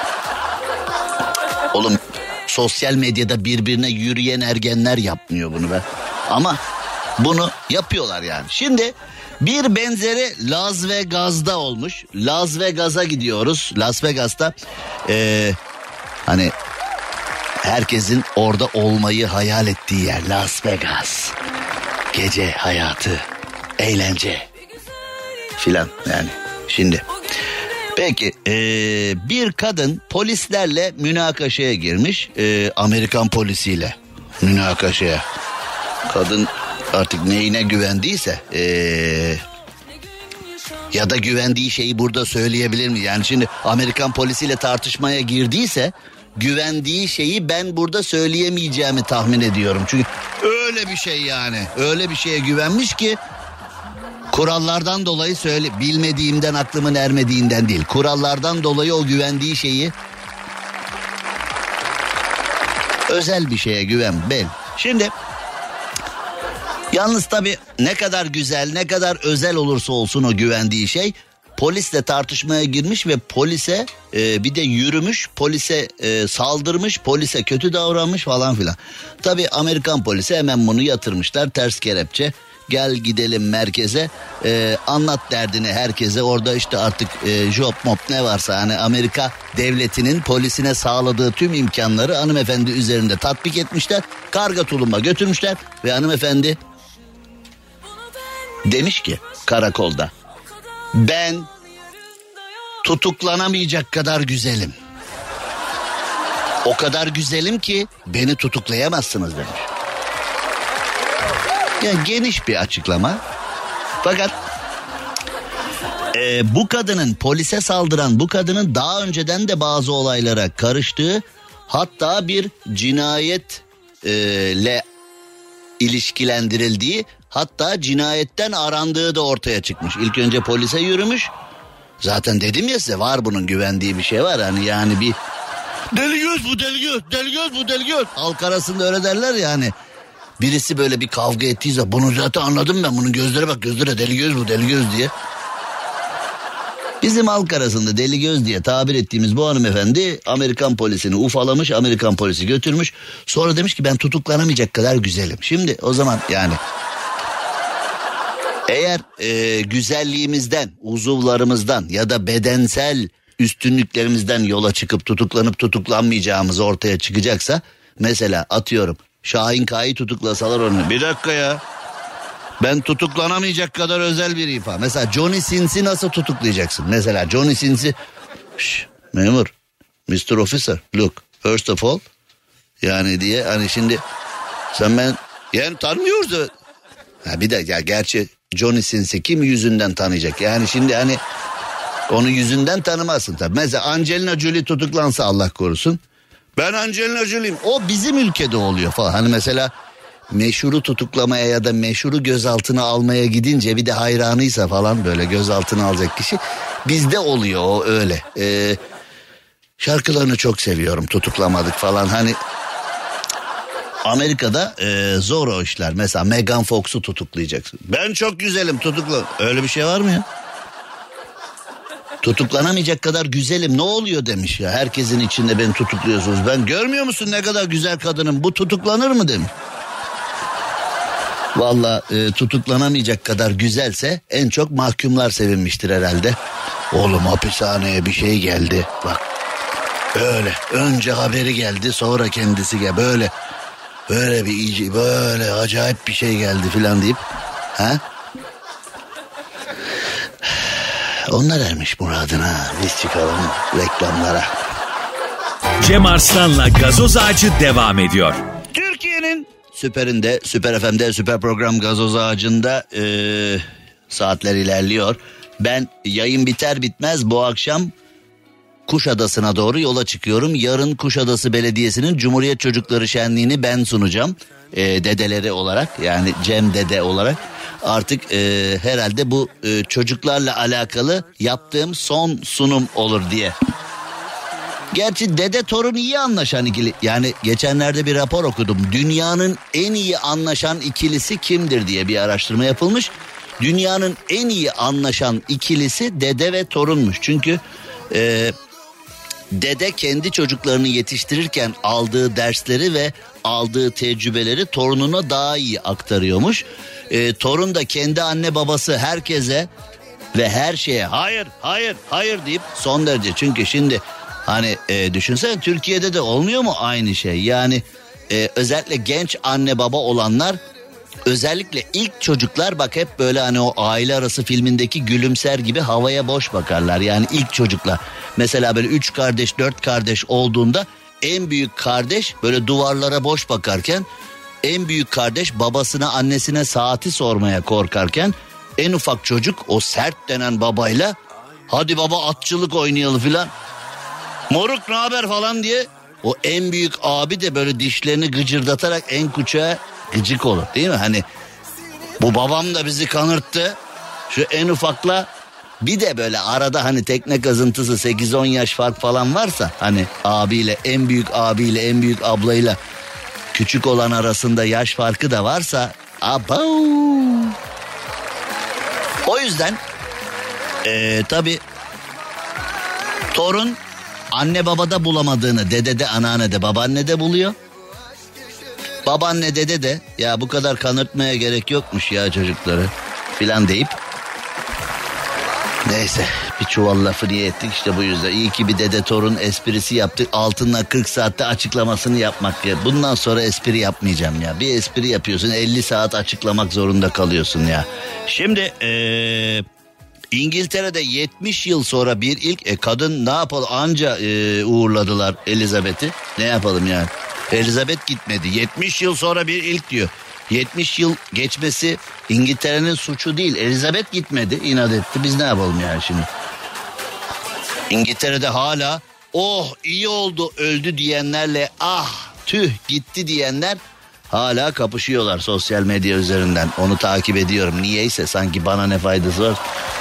Oğlum sosyal medyada birbirine yürüyen ergenler yapmıyor bunu be. Ama bunu yapıyorlar yani. Şimdi bir benzeri Las Vegas'da olmuş. Las Vegas'a gidiyoruz. Las Vegas'ta ee, hani herkesin orada olmayı hayal ettiği yer Las Vegas. Gece hayatı, eğlence filan yani. Şimdi peki ee, bir kadın polislerle münakaşaya girmiş. Ee, Amerikan polisiyle münakaşaya. Kadın artık neyine güvendiyse ee, ya da güvendiği şeyi burada söyleyebilir mi? Yani şimdi Amerikan polisiyle tartışmaya girdiyse güvendiği şeyi ben burada söyleyemeyeceğimi tahmin ediyorum. Çünkü öyle bir şey yani, öyle bir şeye güvenmiş ki kurallardan dolayı söyle, bilmediğimden aklımın ermediğinden değil. Kurallardan dolayı o güvendiği şeyi, özel bir şeye güven bel. Şimdi yalnız tabii ne kadar güzel, ne kadar özel olursa olsun o güvendiği şey, polisle tartışmaya girmiş ve polise e, bir de yürümüş, polise e, saldırmış, polise kötü davranmış falan filan. Tabii Amerikan polisi hemen bunu yatırmışlar ters kelepçe. Gel gidelim merkeze, e, anlat derdini herkese. Orada işte artık e, job mob ne varsa hani Amerika devletinin polisine sağladığı tüm imkanları hanımefendi üzerinde tatbik etmişler. Karga tulumba götürmüşler ve hanımefendi demiş ki karakolda, ben tutuklanamayacak kadar güzelim. O kadar güzelim ki beni tutuklayamazsınız demiş. Yani geniş bir açıklama. Fakat e, bu kadının, polise saldıran bu kadının daha önceden de bazı olaylara karıştığı, hatta bir cinayetle e, ilişkilendirildiği, hatta cinayetten arandığı da ortaya çıkmış. İlk önce polise yürümüş. Zaten dedim ya size, var bunun güvendiği bir şey var. Hani yani bir deli göz bu deli göz, deli göz bu deli göz. Halk arasında öyle derler yani. Birisi böyle bir kavga ettiyse bunu zaten anladım ben, bunun gözlere bak, gözlere deli göz bu deli göz diye. Bizim halk arasında deli göz diye tabir ettiğimiz bu hanımefendi Amerikan polisini ufalamış, Amerikan polisi götürmüş. Sonra demiş ki ben tutuklanamayacak kadar güzelim. Şimdi o zaman yani eğer e, güzelliğimizden, uzuvlarımızdan ya da bedensel üstünlüklerimizden yola çıkıp tutuklanıp tutuklanmayacağımız ortaya çıkacaksa, mesela atıyorum Şahin K'yı tutuklasalar onu. Bir dakika ya. Ben tutuklanamayacak kadar özel bir ifa. Mesela Johnny Sins'i nasıl tutuklayacaksın? Mesela Johnny Sins'i, şş, memur, mister Officer, look, first of all, yani diye hani şimdi sen ben yani tanımıyoruz da. Ha bir de ya gerçi Johnny Sins'i kim yüzünden tanıyacak? Yani şimdi hani onu yüzünden tanımazsın tabii. Mesela Angelina Jolie tutuklansa Allah korusun. Ben Angelina Jolie'yim. O bizim ülkede oluyor falan. Hani mesela meşhuru tutuklamaya ya da meşhuru gözaltına almaya gidince bir de hayranıysa falan böyle gözaltına alacak kişi. Bizde oluyor o öyle. Ee, şarkılarını çok seviyorum, tutuklamadık falan. Hani Amerika'da e, zor o işler. Mesela Megan Fox'u tutuklayacaksın. Ben çok güzelim, tutukla. Öyle bir şey var mı ya? Tutuklanamayacak kadar güzelim ne oluyor demiş ya. Herkesin içinde beni tutukluyorsunuz. Ben görmüyor musun ne kadar güzel kadınım, bu tutuklanır mı demiş. Valla e, tutuklanamayacak kadar güzelse en çok mahkumlar sevinmiştir herhalde. Oğlum hapishaneye bir şey geldi bak. Öyle önce haberi geldi sonra kendisi gel böyle. Böyle bir iyice böyle acayip bir şey geldi filan deyip. Ha? Onlar ermiş muradına. Biz çıkalım reklamlara. Cem Arslan'la Gazoz Ağacı devam ediyor. Türkiye'nin süperinde, Süper F M'de, süper program Gazoz Ağacı'nda e, saatler ilerliyor. Ben yayın biter bitmez bu akşam Kuşadası'na doğru yola çıkıyorum. Yarın Kuşadası Belediyesi'nin Cumhuriyet Çocukları Şenliği'ni ben sunacağım. E, dedeleri olarak, yani Cem dede olarak. Artık e, herhalde bu e, çocuklarla alakalı yaptığım son sunum olur diye. Gerçi dede torun iyi anlaşan ikili. Yani geçenlerde bir rapor okudum. Dünyanın en iyi anlaşan ikilisi kimdir diye bir araştırma yapılmış. Dünyanın en iyi anlaşan ikilisi dede ve torunmuş. Çünkü e, dede kendi çocuklarını yetiştirirken aldığı dersleri ve aldığı tecrübeleri torununa daha iyi aktarıyormuş. E, torun da kendi anne babası herkese ve her şeye hayır hayır hayır deyip son derece. Çünkü şimdi hani e, düşünsene Türkiye'de de olmuyor mu aynı şey? Yani e, özellikle genç anne baba olanlar, özellikle ilk çocuklar bak hep böyle hani o Aile Arası filmindeki Gülümser gibi havaya boş bakarlar. Yani ilk çocuklar mesela böyle üç kardeş dört kardeş olduğunda en büyük kardeş böyle duvarlara boş bakarken, en büyük kardeş babasına annesine saati sormaya korkarken, en ufak çocuk o sert denen babayla hadi baba atçılık oynayalım filan, moruk ne haber falan diye o en büyük abi de böyle dişlerini gıcırdatarak en küçüğe gıcık olur değil mi? Hani bu babam da bizi kanırttı, şu en ufakla bir de böyle arada hani tekne kazıntısı sekiz on yaş fark falan varsa, hani abiyle en büyük abiyle en büyük ablayla küçük olan arasında yaş farkı da varsa abau. O yüzden ee, tabii torun anne babada bulamadığını dedede, anneannede, babaannede buluyor. Babaanne dede de ya bu kadar kanırtmaya gerek yokmuş ya çocukları filan deyip, neyse bir çuval lafı niye ettik işte bu yüzden. İyi ki bir dede torun esprisi yaptık. Altından kırk saatte açıklamasını yapmak ya. Bundan sonra espri yapmayacağım ya. Bir espri yapıyorsun elli saat açıklamak zorunda kalıyorsun ya. Şimdi ee, İngiltere'de yetmiş yıl sonra bir ilk e, kadın ne yapalım anca e, uğurladılar Elizabeth'i. Ne yapalım yani? Elizabeth gitmedi. yetmiş yıl sonra bir ilk diyor. yetmiş yıl geçmesi İngiltere'nin suçu değil. Elizabeth gitmedi, inat etti. Biz ne yapalım yani şimdi? İngiltere'de hala oh iyi oldu öldü diyenlerle ah tüh gitti diyenler hala kapışıyorlar sosyal medya üzerinden. Onu takip ediyorum. Niyeyse sanki bana ne faydası var?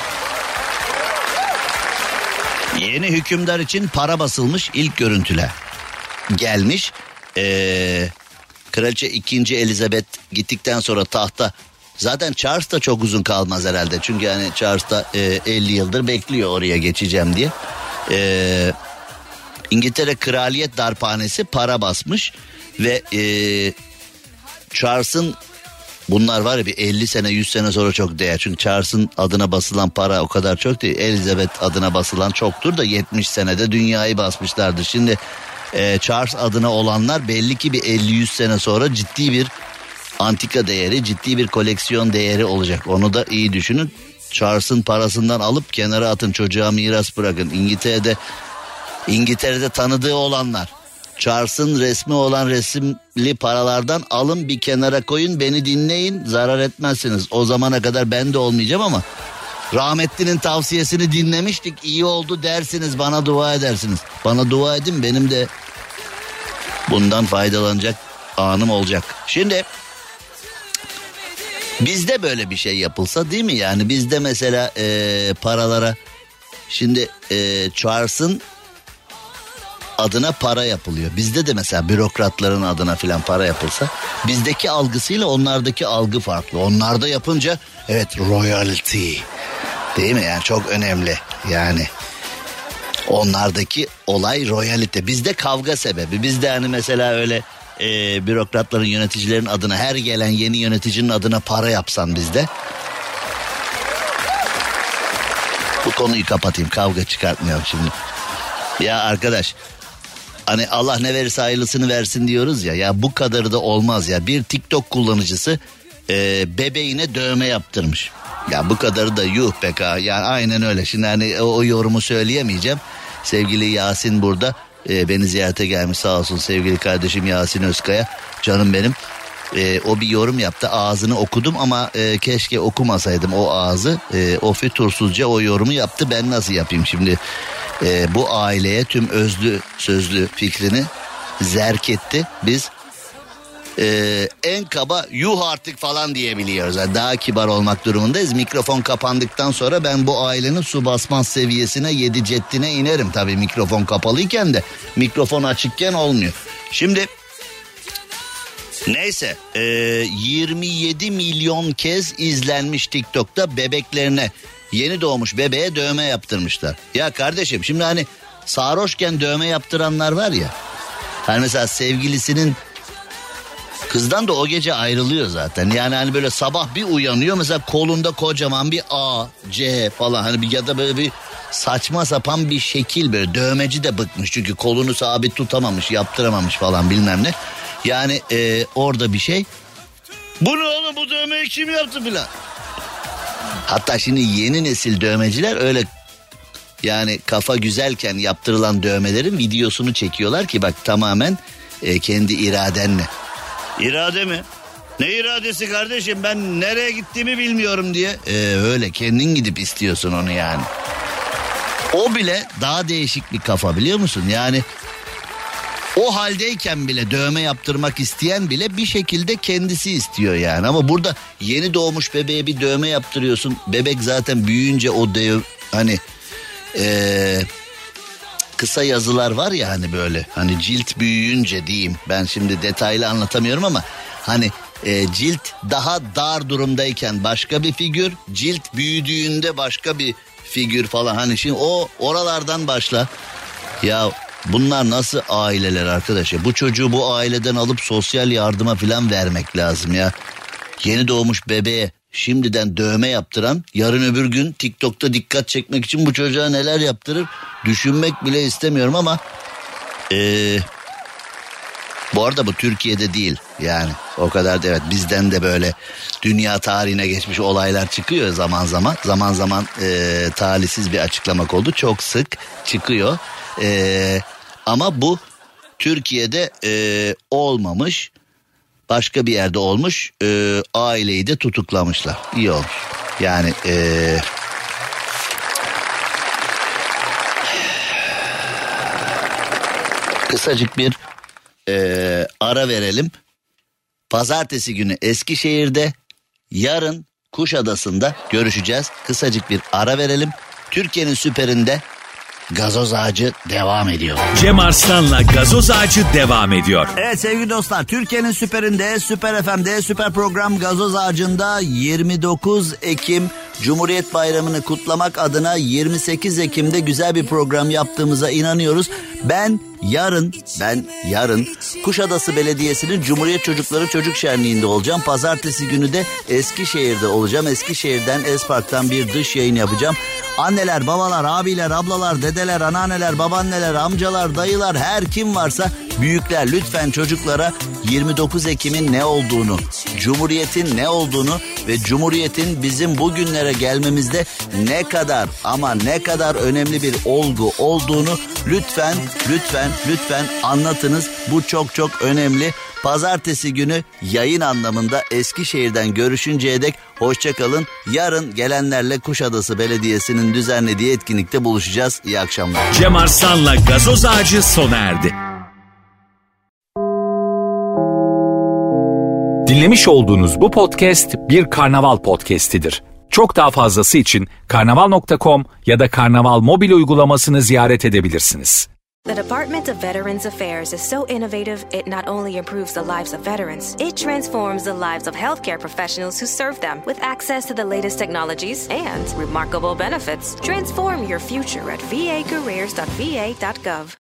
Yeni hükümdar için para basılmış ilk görüntüler gelmiş. Ee, Kraliçe ikinci. Elizabeth gittikten sonra tahta, zaten Charles da çok uzun kalmaz herhalde. Çünkü yani Charles da e, elli yıldır bekliyor oraya geçeceğim diye. Ee, İngiltere Kraliyet Darphanesi para basmış ve e, Charles'ın, bunlar var ya bir elli sene yüz sene sonra çok değer. Çünkü Charles'ın adına basılan para o kadar çok değil. Elizabeth adına basılan çoktur da yetmiş senede dünyayı basmışlardır. Şimdi e, Charles adına olanlar belli ki bir elli yüz sene sonra ciddi bir antika değeri, ciddi bir koleksiyon değeri olacak. Onu da iyi düşünün. Charles'ın parasından alıp kenara atın, çocuğa miras bırakın. İngiltere'de İngiltere'de tanıdığı olanlar, Charles'ın resmi olan resimli paralardan alın bir kenara koyun, beni dinleyin, zarar etmezsiniz. O zamana kadar ben de olmayacağım ama rahmetlinin tavsiyesini dinlemiştik, iyi oldu dersiniz, bana dua edersiniz. Bana dua edin, benim de bundan faydalanacak anım olacak. Şimdi bizde böyle bir şey yapılsa değil mi? Yani bizde mesela e, paralara şimdi e, Charles'ın adına para yapılıyor. Bizde de mesela bürokratların adına filan para yapılsa, bizdeki algısıyla onlardaki algı farklı. Onlarda yapınca evet royalty değil mi? Yani çok önemli. Yani Onlardaki olay royalite. Bizde kavga sebebi. Bizde hani mesela öyle e, bürokratların, yöneticilerin adına, her gelen yeni yöneticinin adına para yapsan bizde. Bu konuyu kapatayım, kavga çıkartmıyorum şimdi. Ya arkadaş, hani Allah ne verirse hayırlısını versin diyoruz ya. Ya bu kadarı da olmaz ya. Bir TikTok kullanıcısı e, bebeğine dövme yaptırmış. Ya bu kadarı da yuh be ka. Yani aynen öyle. Şimdi hani o, o yorumu söyleyemeyeceğim. Sevgili Yasin burada e, beni ziyarete gelmiş, sağ olsun sevgili kardeşim Yasin Özkaya. Canım benim. E, o bir yorum yaptı, ağzını okudum ama e, keşke okumasaydım o ağzı. E, o fütursuzca o yorumu yaptı, ben nasıl yapayım şimdi? E, bu aileye tüm özlü sözlü fikrini zerk etti. Biz e, en kaba yuh artık falan diyebiliyoruz. Yani daha kibar olmak durumundayız. Mikrofon kapandıktan sonra ben bu ailenin su basmaz seviyesine, yedi ceddine inerim. Tabii mikrofon kapalıyken de, mikrofon açıkken olmuyor. Şimdi neyse, e, yirmi yedi milyon kez izlenmiş TikTok'ta bebeklerine, yeni doğmuş bebeğe dövme yaptırmışlar. Ya kardeşim, şimdi hani sarhoşken dövme yaptıranlar var ya. Hani mesela sevgilisinin kızdan da o gece ayrılıyor zaten. Yani hani böyle sabah bir uyanıyor, mesela kolunda kocaman bir A, C falan, hani bir, ya da böyle bir saçma sapan bir şekil, böyle dövmeci de bıkmış çünkü kolunu sabit tutamamış, yaptıramamış falan bilmem ne. Yani e, orada bir şey. Bu ne oğlum, bu dövmeyi kim yaptı filan. Hatta şimdi yeni nesil dövmeciler öyle, yani kafa güzelken yaptırılan dövmelerin videosunu çekiyorlar ki bak, tamamen e, kendi iradenle. İrade mi? Ne iradesi kardeşim, ben nereye gittiğimi bilmiyorum diye. E, öyle kendin gidip istiyorsun onu yani. O bile daha değişik bir kafa, biliyor musun? Yani o haldeyken bile dövme yaptırmak isteyen bile bir şekilde kendisi istiyor yani. Ama burada yeni doğmuş bebeğe bir dövme yaptırıyorsun. Bebek zaten büyüyünce o dev, hani ee, kısa yazılar var ya hani böyle, hani cilt büyüyünce diyeyim. Ben şimdi detaylı anlatamıyorum ama hani e, cilt daha dar durumdayken başka bir figür, cilt büyüdüğünde başka bir figür falan. Hani şimdi o oralardan başla. Ya bunlar nasıl aileler arkadaş ya? Bu çocuğu bu aileden alıp sosyal yardıma falan vermek lazım ya. Yeni doğmuş bebeğe şimdiden dövme yaptıran, yarın öbür gün TikTok'ta dikkat çekmek için bu çocuğa neler yaptırır düşünmek bile istemiyorum ama ee, bu arada bu Türkiye'de değil yani, o kadar da evet, bizden de böyle dünya tarihine geçmiş olaylar çıkıyor zaman zaman. Zaman zaman ee, talihsiz bir açıklamak oldu, çok sık çıkıyor. Ee, ama bu Türkiye'de e, olmamış, başka bir yerde olmuş, e, aileyi de tutuklamışlar. İyi olmuş yani. E, kısacık bir e, ara verelim. Pazartesi günü Eskişehir'de, yarın Kuşadası'nda görüşeceğiz. Kısacık bir ara verelim. Türkiye'nin süperinde Gazoz Ağacı devam ediyor. Cem Arslan'la Gazoz Ağacı devam ediyor. Evet sevgili dostlar, Türkiye'nin süperinde, Süper F M'de, süper program Gazoz Ağacı'nda yirmi dokuz Ekim Cumhuriyet Bayramı'nı kutlamak adına yirmi sekiz Ekim'de güzel bir program yaptığımıza inanıyoruz. Ben yarın, ben yarın Kuşadası Belediyesi'nin Cumhuriyet Çocukları Çocuk Şenliği'nde olacağım. Pazartesi günü de Eskişehir'de olacağım. Eskişehir'den Espark'tan bir dış yayın yapacağım. Anneler, babalar, abiler, ablalar, dedeler, anneanneler, babaanneler, amcalar, dayılar, her kim varsa büyükler lütfen çocuklara yirmi dokuz Ekim'in ne olduğunu, Cumhuriyet'in ne olduğunu ve Cumhuriyet'in bizim bugünlere gelmemizde ne kadar ama ne kadar önemli bir olgu olduğunu lütfen, lütfen, lütfen anlatınız. Bu çok çok önemli. Pazartesi günü yayın anlamında Eskişehir'den görüşünceye dek hoşça kalın. Yarın gelenlerle Kuşadası Belediyesi'nin düzenlediği etkinlikte buluşacağız. İyi akşamlar. Cem Arslan'la Gazoz Ağacı sona erdi. Dinlemiş olduğunuz bu podcast bir karnaval podcastidir. Çok daha fazlası için karnaval nokta com ya da karnaval mobil uygulamasını ziyaret edebilirsiniz. The Department of Veterans Affairs is so innovative, it not only improves the lives of veterans, it transforms the lives of healthcare professionals who serve them with access to the latest technologies and remarkable benefits. Transform your future at v a careers dot v a dot gov.